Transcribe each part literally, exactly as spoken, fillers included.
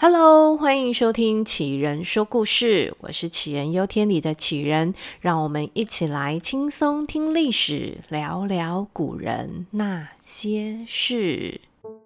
Hello， 欢迎收听杞人说故事，我是杞人忧天里的杞人，让我们一起来轻松听历史，聊聊古人那些事。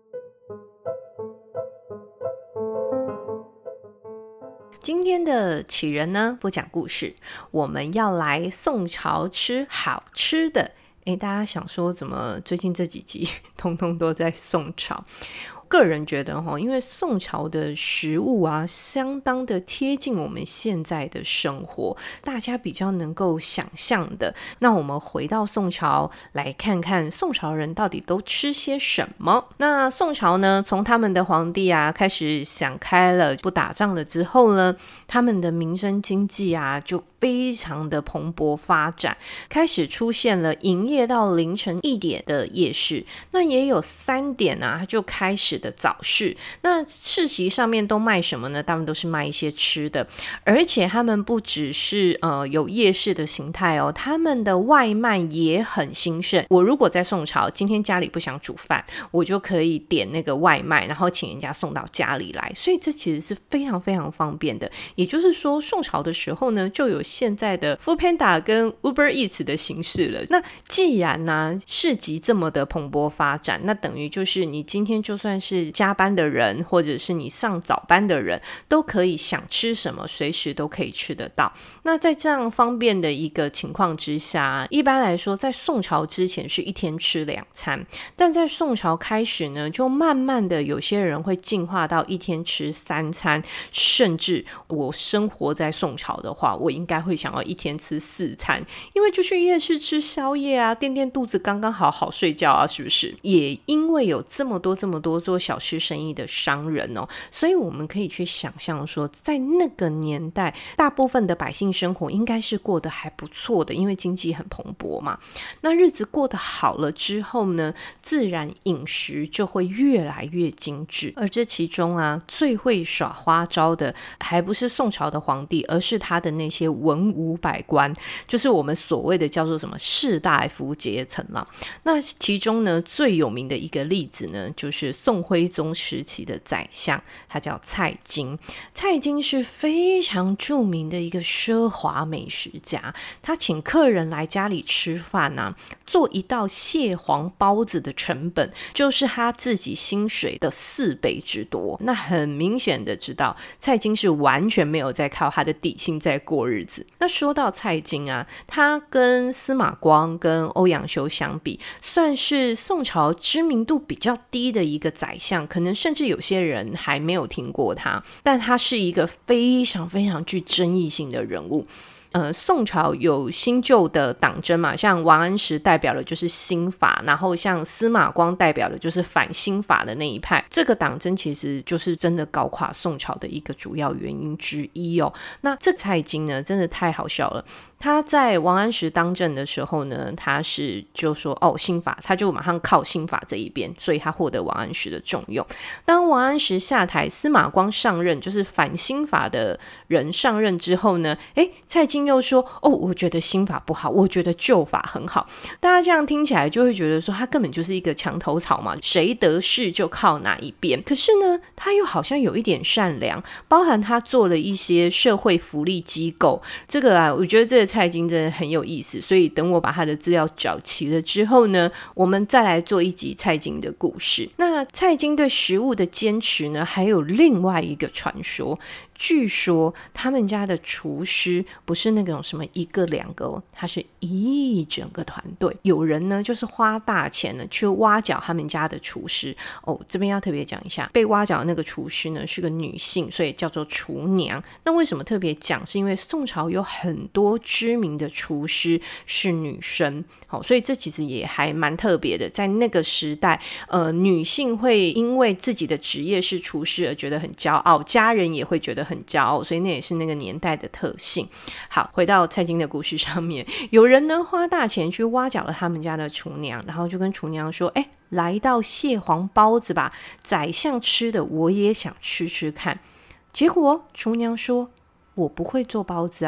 今天的杞人呢，不讲故事，我们要来宋朝吃好吃的。诶，大家想说怎么最近这几集通通都在宋朝？个人觉得因为宋朝的食物啊相当的贴近我们现在的生活，大家比较能够想象的。那我们回到宋朝来看看宋朝人到底都吃些什么。那宋朝呢，从他们的皇帝啊开始想开了，不打仗了之后呢，他们的民生经济啊就非常的蓬勃发展，开始出现了营业到凌晨一点的夜市，那也有三点啊就开始的早市。那市集上面都卖什么呢？他们都是卖一些吃的，而且他们不只是呃有夜市的形态哦，他们的外卖也很兴盛。我如果在宋朝今天家里不想煮饭，我就可以点那个外卖，然后请人家送到家里来，所以这其实是非常非常方便的。也就是说宋朝的时候呢，就有现在的 Foodpanda 跟 Uber Eats 的形式了。那既然呢、啊、市集这么的蓬勃发展，那等于就是你今天就算是加班的人，或者是你上早班的人，都可以想吃什么随时都可以吃得到。那在这样方便的一个情况之下，一般来说在宋朝之前是一天吃两餐，但在宋朝开始呢，就慢慢的有些人会进化到一天吃三餐，甚至我生活在宋朝的话，我应该会想要一天吃四餐，因为就去夜市吃宵夜啊，垫垫肚子刚刚好好睡觉啊，是不是？也因为有这么多这么多做小吃生意的商人哦，所以我们可以去想象说，在那个年代大部分的百姓生活应该是过得还不错的，因为经济很蓬勃嘛。那日子过得好了之后呢，自然饮食就会越来越精致。而这其中啊，最会耍花招的还不是宋朝的皇帝，而是他的那些文武百官，就是我们所谓的叫做什么士大夫阶层啦。那其中呢，最有名的一个例子呢，就是宋徽宗时期的宰相，他叫蔡京。蔡京是非常著名的一个奢华美食家，他请客人来家里吃饭啊，做一道蟹黄包子的成本就是他自己薪水的四倍之多。那很明显的知道蔡京是完全没有在靠他的底薪在过日子。那说到蔡京啊，他跟司马光跟欧阳修相比，算是宋朝知名度比较低的一个宰相，可能甚至有些人还没有听过他，但他是一个非常非常具争议性的人物。呃，宋朝有新旧的党争嘛，像王安石代表的就是新法，然后像司马光代表的就是反新法的那一派。这个党争其实就是真的搞垮宋朝的一个主要原因之一哦。那这蔡京呢，真的太好笑了。他在王安石当政的时候呢，他是就说哦新法，他就马上靠新法这一边，所以他获得王安石的重用。当王安石下台，司马光上任，就是反新法的人上任之后呢，诶，蔡京又说哦我觉得新法不好，我觉得旧法很好。大家这样听起来就会觉得说他根本就是一个墙头草嘛，谁得势就靠哪一边。可是呢，他又好像有一点善良，包含他做了一些社会福利机构。这个啊，我觉得这个蔡京真的很有意思，所以等我把他的资料找齐了之后呢，我们再来做一集蔡京的故事。那蔡京对食物的坚持呢，还有另外一个传说。据说他们家的厨师不是那种什么一个两个哦，他是一整个团队。有人呢就是花大钱呢去挖角他们家的厨师哦。这边要特别讲一下，被挖角的那个厨师呢是个女性，所以叫做厨娘。那为什么特别讲？是因为宋朝有很多知名的厨师是女生，好，所以这其实也还蛮特别的。在那个时代，呃，女性会因为自己的职业是厨师而觉得很骄傲，家人也会觉得很骄傲，所以那也是那个年代的特性。好，回到蔡京的故事上面，有人呢花大钱去挖角了他们家的厨娘，然后就跟厨娘说，哎，来到蟹黄包子吧，宰相吃的我也想吃吃看。结果厨娘说，我不会做包子啊，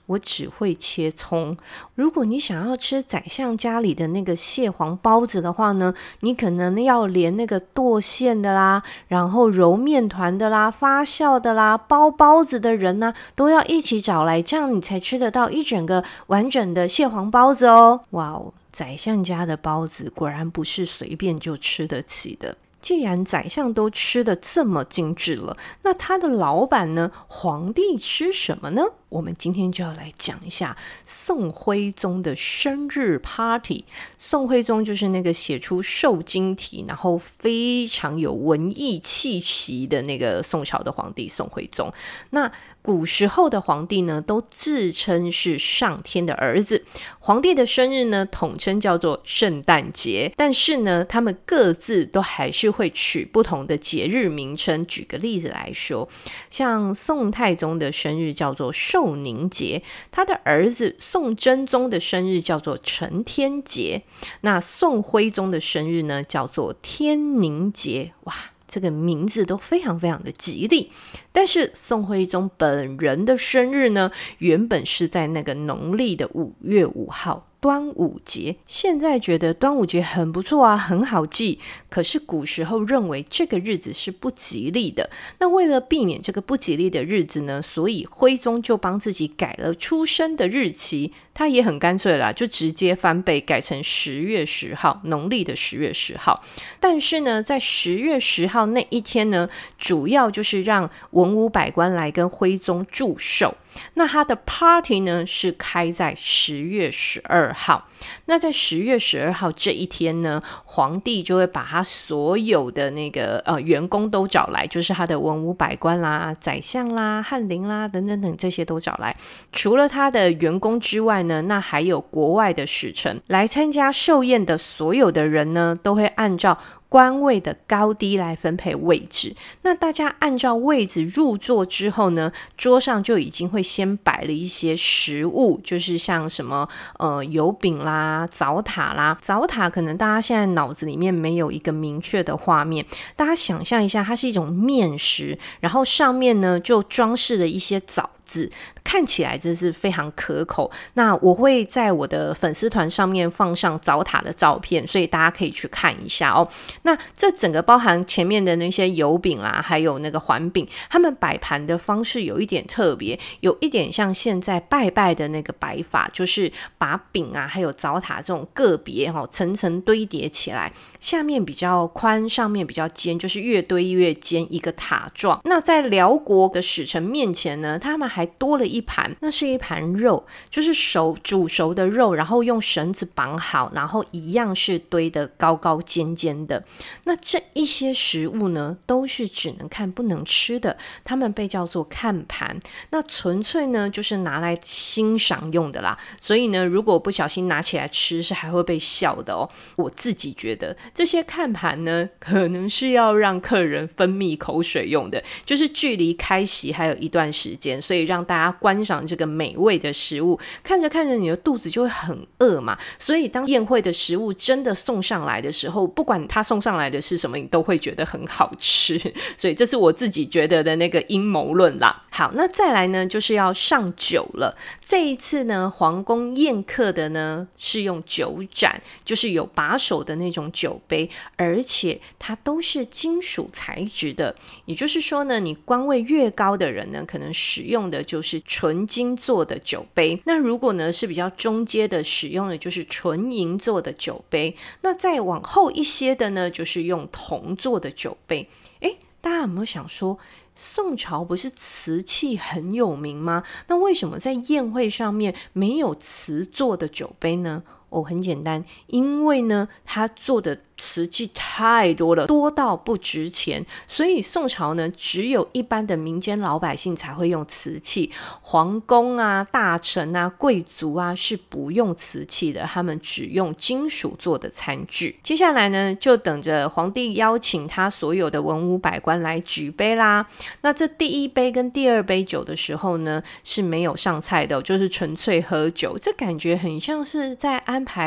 我只会切葱。如果你想要吃宰相家里的那个蟹黄包子的话呢，你可能要连那个剁馅的啦，然后揉面团的啦，发酵的啦，包包子的人呢、啊，都要一起找来，这样你才吃得到一整个完整的蟹黄包子哦。哇哦，宰相家的包子果然不是随便就吃得起的。既然宰相都吃得这么精致了，那他的老板呢？皇帝吃什么呢？我们今天就要来讲一下宋徽宗的生日 party。 宋徽宗就是那个写出瘦金体然后非常有文艺气息的那个宋朝的皇帝宋徽宗。那古时候的皇帝呢，都自称是上天的儿子。皇帝的生日呢，统称叫做圣诞节，但是呢，他们各自都还是会取不同的节日名称。举个例子来说，像宋太宗的生日叫做寿宁节，他的儿子宋真宗的生日叫做承天节，那宋徽宗的生日呢，叫做天宁节。哇，这个名字都非常非常的吉利。但是宋徽宗本人的生日呢，原本是在那个农历的五月五号，端午节。现在觉得端午节很不错啊，很好记，可是古时候认为这个日子是不吉利的。那为了避免这个不吉利的日子呢，所以徽宗就帮自己改了出生的日期。他也很干脆啦，就直接翻倍改成十月十号，农历的十月十号。但是呢，在十月十号那一天呢，主要就是让文武百官来跟徽宗祝寿。那他的 party 呢，是开在十月十二号。那在十月十二号这一天呢，皇帝就会把他所有的那个呃员工都找来，就是他的文武百官啦、宰相啦、翰林啦等等等，这些都找来。除了他的员工之外呢，那还有国外的使臣来参加寿宴的。所有的人呢，都会按照官位的高低来分配位置。那大家按照位置入座之后呢，桌上就已经会先摆了一些食物，就是像什么呃油饼啦、枣塔啦。枣塔可能大家现在脑子里面没有一个明确的画面，大家想象一下，它是一种面食，然后上面呢就装饰了一些枣子，看起来真是非常可口。那我会在我的粉丝团上面放上枣塔的照片，所以大家可以去看一下哦。那这整个包含前面的那些油饼啦，还有那个环饼，他们摆盘的方式有一点特别，有一点像现在拜拜的那个摆法，就是把饼啊还有枣塔这种个别、哦、层层堆叠起来，下面比较宽，上面比较尖，就是越堆越尖，一个塔状。那在辽国的使臣面前呢，他们还多了一盘，那是一盘肉，就是熟煮熟的肉，然后用绳子绑好，然后一样是堆得高高尖尖的。那这一些食物呢，都是只能看不能吃的，他们被叫做看盘。那纯粹呢，就是拿来欣赏用的啦。所以呢，如果不小心拿起来吃，是还会被笑的哦。我自己觉得这些看盘呢，可能是要让客人分泌口水用的，就是距离开席还有一段时间，所以让大家观赏这个美味的食物，看着看着你的肚子就会很饿嘛。所以当宴会的食物真的送上来的时候，不管它送上来的是什么，你都会觉得很好吃。所以这是我自己觉得的那个阴谋论啦。好，那再来呢，就是要上酒了。这一次呢，皇宫宴客的呢是用酒盏，就是有把手的那种酒杯，而且它都是金属材质的。也就是说呢，你官位越高的人呢，可能使用的就是纯金做的酒杯。那如果呢是比较中阶的，使用的就是纯银做的酒杯。那再往后一些的呢，就是用铜做的酒杯。诶，大家有没有想说，宋朝不是瓷器很有名吗？那为什么在宴会上面没有瓷做的酒杯呢？哦，很简单，因为呢，它做的瓷器太多了，多到不值钱，所以宋朝呢，只有一般的民间老百姓才会用瓷器，皇宫啊、大臣啊、贵族啊是不用瓷器的，他们只用金属做的餐具。接下来呢，就等着皇帝邀请他所有的文武百官来举杯啦。那这第一杯跟第二杯酒的时候呢，是没有上菜的，就是纯粹喝酒。这感觉很像是在安排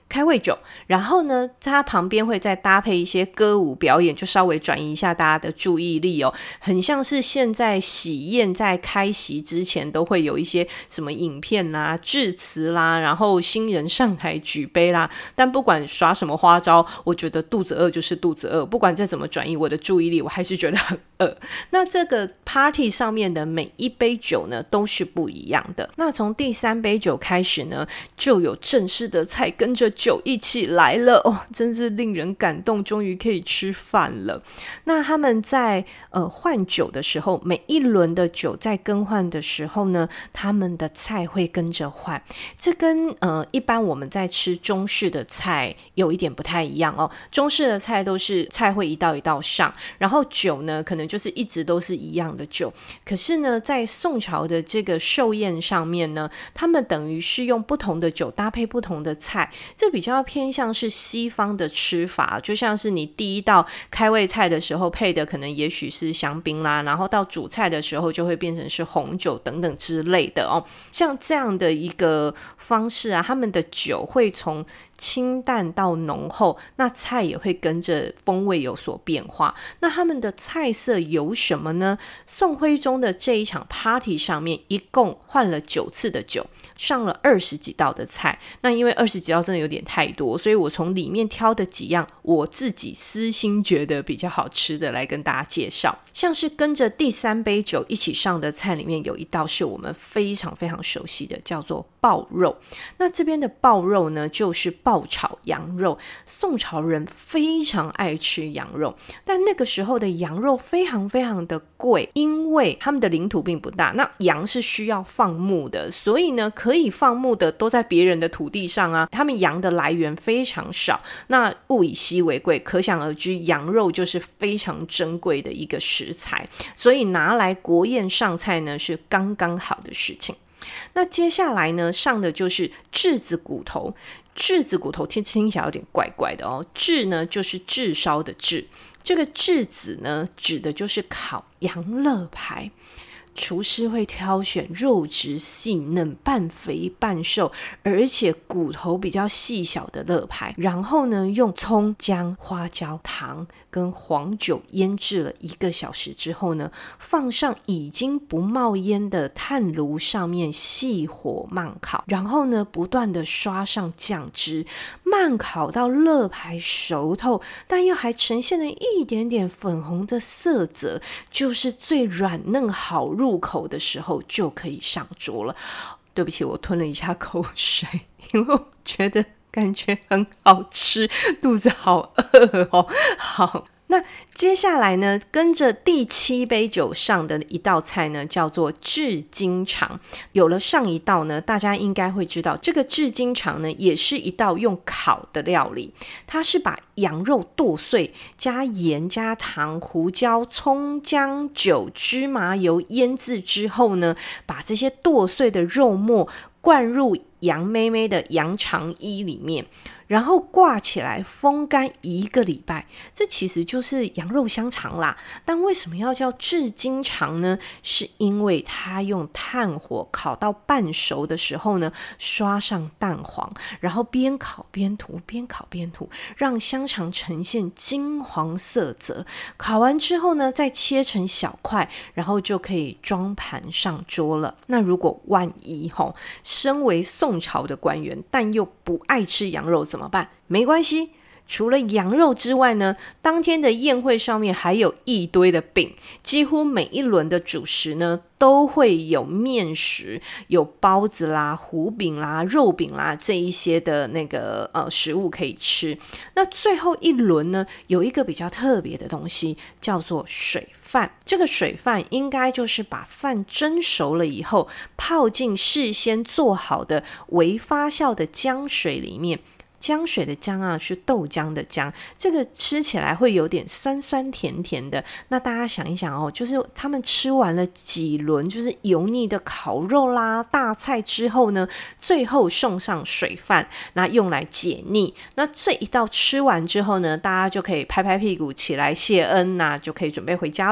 开胃酒，然后呢它旁边会再搭配一些歌舞表演，就稍微转移一下大家的注意力哦，很像是现在喜宴在开席之前都会有一些什么影片啦、致辞啦，然后新人上台举杯啦，但不管耍什么花招，我觉得肚子饿就是肚子饿，不管再怎么转移我的注意力，我还是觉得很饿。那这个 party 上面的每一杯酒呢都是不一样的。那从第三杯酒开始呢，就有正式的菜跟着酒一起来了哦，真是令人感动，终于可以吃饭了。那他们在呃换酒的时候，每一轮的酒在更换的时候呢，他们的菜会跟着换。这跟呃一般我们在吃中式的菜有一点不太一样哦。中式的菜都是菜会一道一道上，然后酒呢可能就是一直都是一样的酒。可是呢，在宋朝的这个寿宴上面呢，他们等于是用不同的酒搭配不同的菜，这比较偏向是西方的吃法，就像是你第一道开胃菜的时候配的可能也许是香槟啦，然后到主菜的时候就会变成是红酒等等之类的哦。像这样的一个方式啊，他们的酒会从清淡到浓厚，那菜也会跟着风味有所变化。那他们的菜色有什么呢？宋徽宗的这一场 party 上面一共换了九次的酒，上了二十几道的菜。那因为二十几道真的有点太多，所以我从里面挑的几样我自己私心觉得比较好吃的来跟大家介绍。像是跟着第三杯酒一起上的菜里面有一道是我们非常非常熟悉的，叫做爆肉。那这边的爆肉呢，就是爆炒羊肉。宋朝人非常爱吃羊肉，但那个时候的羊肉非常非常的贵，因为他们的领土并不大，那羊是需要放牧的，所以呢可以放牧的都在别人的土地上啊，他们羊的来源非常少，那物以稀为贵，可想而知羊肉就是非常珍贵的一个食材，所以拿来国宴上菜呢是刚刚好的事情。那接下来呢上的就是炙子骨头。炙子骨头听听起来有点怪怪的哦，炙呢就是炙烧的炙，这个炙子呢指的就是烤羊肋排。厨师会挑选肉质细嫩、半肥半瘦，而且骨头比较细小的肋排，然后呢用葱、姜、花椒、糖跟黄酒腌制了一个小时之后呢，放上已经不冒烟的炭炉上面细火慢烤，然后呢不断的刷上酱汁，慢烤到肋排熟透，但又还呈现了一点点粉红的色泽，就是最软嫩好入入口的时候就可以上桌了。对不起，我吞了一下口水，因为我觉得感觉很好吃，肚子好饿哦。好，那接下来呢，跟着第七杯酒上的一道菜呢，叫做炙金肠。有了上一道呢，大家应该会知道，这个炙金肠呢，也是一道用烤的料理。它是把羊肉剁碎，加盐、加糖、胡椒、葱、姜、酒、芝麻油腌制之后呢，把这些剁碎的肉末灌入羊妹妹的羊肠衣里面，然后挂起来风干一个礼拜。这其实就是羊肉香肠啦，但为什么要叫炙金肠呢？是因为它用炭火烤到半熟的时候呢，刷上蛋黄，然后边烤边涂，边烤边涂，让香肠呈现金黄色泽。烤完之后呢，再切成小块，然后就可以装盘上桌了。那如果万一吼，身为宋朝的官员，但又不爱吃羊肉怎么办？没关系，除了羊肉之外呢，当天的宴会上面还有一堆的饼，几乎每一轮的主食呢都会有面食，有包子啦、糊饼啦、肉饼啦这一些的那个呃食物可以吃。那最后一轮呢，有一个比较特别的东西，叫做水饭。这个水饭应该就是把饭蒸熟了以后，泡进事先做好的微发酵的浆水里面。浆水的浆啊，是豆浆的浆，这个吃起来会有点酸酸甜甜的。那大家想一想哦，就是他们吃完了几轮就是油腻的烤肉啦、大菜之后呢，最后送上水饭，那用来解腻。那这一道吃完之后呢，大家就可以拍拍屁股起来谢恩，那就可以准备回家咯。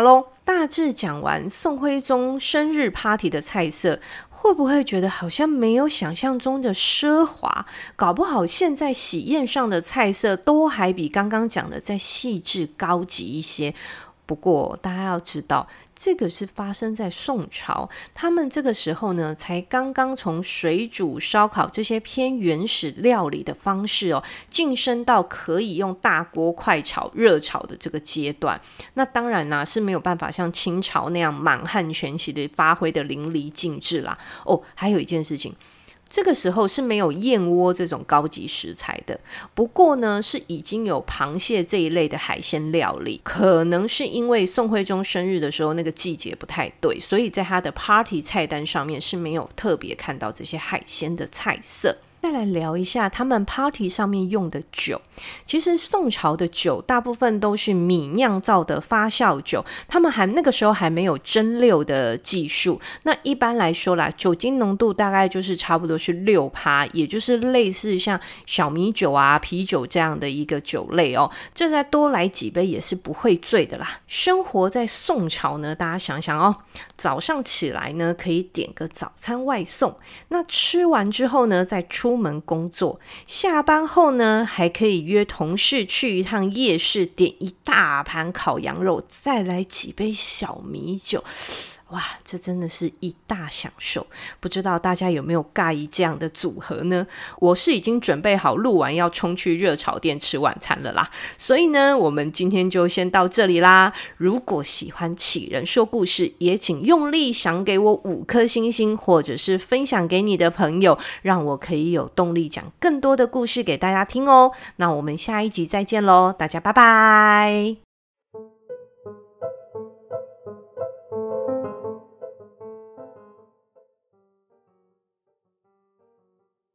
大致讲完宋徽宗生日 party 的菜色，会不会觉得好像没有想象中的奢华？搞不好现在喜宴上的菜色都还比刚刚讲的再细致高级一些。不过大家要知道，这个是发生在宋朝，他们这个时候呢，才刚刚从水煮、烧烤这些偏原始料理的方式哦，晋升到可以用大锅快炒、热炒的这个阶段。那当然啦、啊，是没有办法像清朝那样满汉全席的发挥的淋漓尽致啦。哦，还有一件事情。这个时候是没有燕窝这种高级食材的，不过呢是已经有螃蟹这一类的海鲜料理。可能是因为宋徽宗生日的时候那个季节不太对，所以在他的 party 菜单上面是没有特别看到这些海鲜的菜色。再来聊一下他们 party 上面用的酒。其实宋朝的酒大部分都是米酿造的发酵酒，他们还那个时候还没有蒸馏的技术。那一般来说啦，酒精浓度大概就是差不多是 百分之六， 也就是类似像小米酒啊、啤酒这样的一个酒类哦。这再多来几杯也是不会醉的啦。生活在宋朝呢，大家想想哦，早上起来呢可以点个早餐外送，那吃完之后呢再出出门工作，下班后呢还可以约同事去一趟夜市，点一大盘烤羊肉，再来几杯小米酒。哇，这真的是一大享受，不知道大家有没有尬意这样的组合呢？我是已经准备好录完要冲去热炒店吃晚餐了啦，所以呢我们今天就先到这里啦。如果喜欢杞人说故事，也请用力赏给我五颗星星，或者是分享给你的朋友，让我可以有动力讲更多的故事给大家听哦。那我们下一集再见咯，大家拜拜。